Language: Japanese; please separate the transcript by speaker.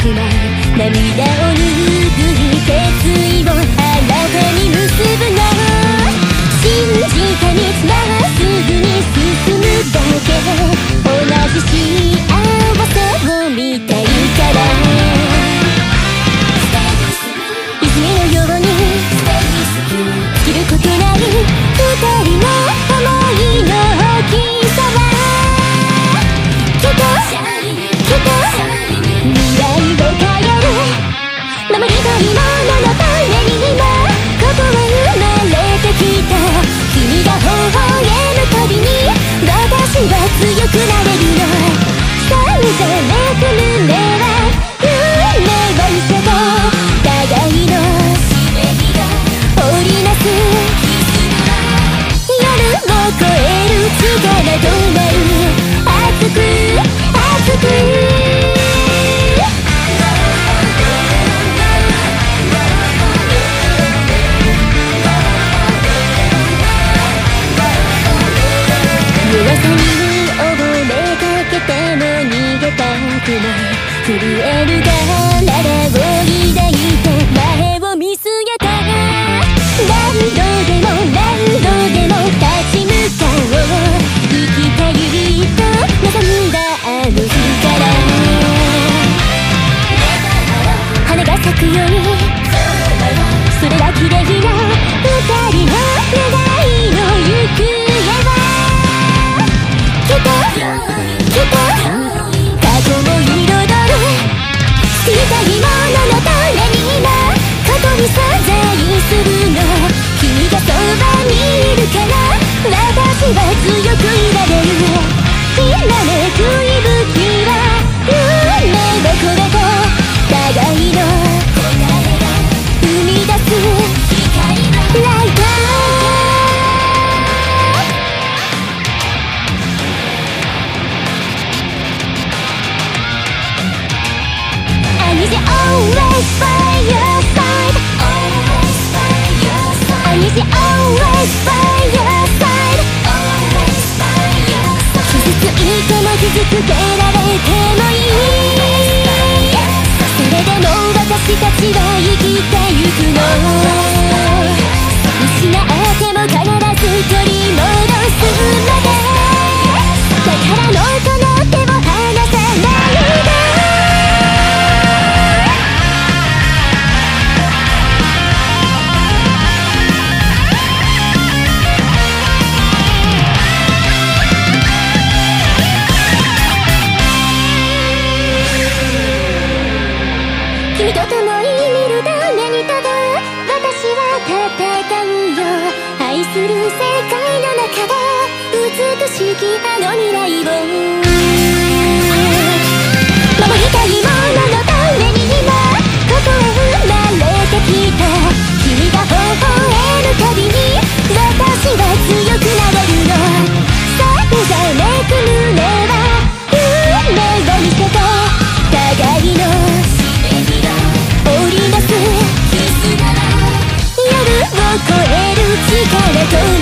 Speaker 1: くない涙を拭い決意を新たに結ぶの信じた道まっすぐに進むだけ同じ幸せを見たいから泉のように尽きることない二人の想いの大きさはきっと未来を変える守りたいもののために今ここは生まれてきた君が微笑むたびに私は強くなれるのさんざめく胸は夢を見せと互いの織りなす夜を越える力となる熱く熱く噂に溺れかけても逃げたくない震える体を抱いて前を見据えた何度でも立ち向かおう生きたいと望んだあの日から花が咲くようにそれが綺麗な二人の願いの行方はきっと過去も彩る捨てたいもののために今過去に存在するの君がそばにいるから私は強くいられるきらめく息吹は夢心と互いの生み出すライトI need you always by your side I need you always by your side 傷ついても傷つけられてもいいそれでも私たちは生きてゆくの失っても必ず取り戻すまでだからもうこの手を離さないで君と共に見るためにただ私は戦うよ愛する世界の中で美しきあの未来を守りたいもののために今ここへ生まれてきた君が微笑むたびに私は強くなれるのさんざめく胸は夢を見せと互いの織りなす夜を越える力と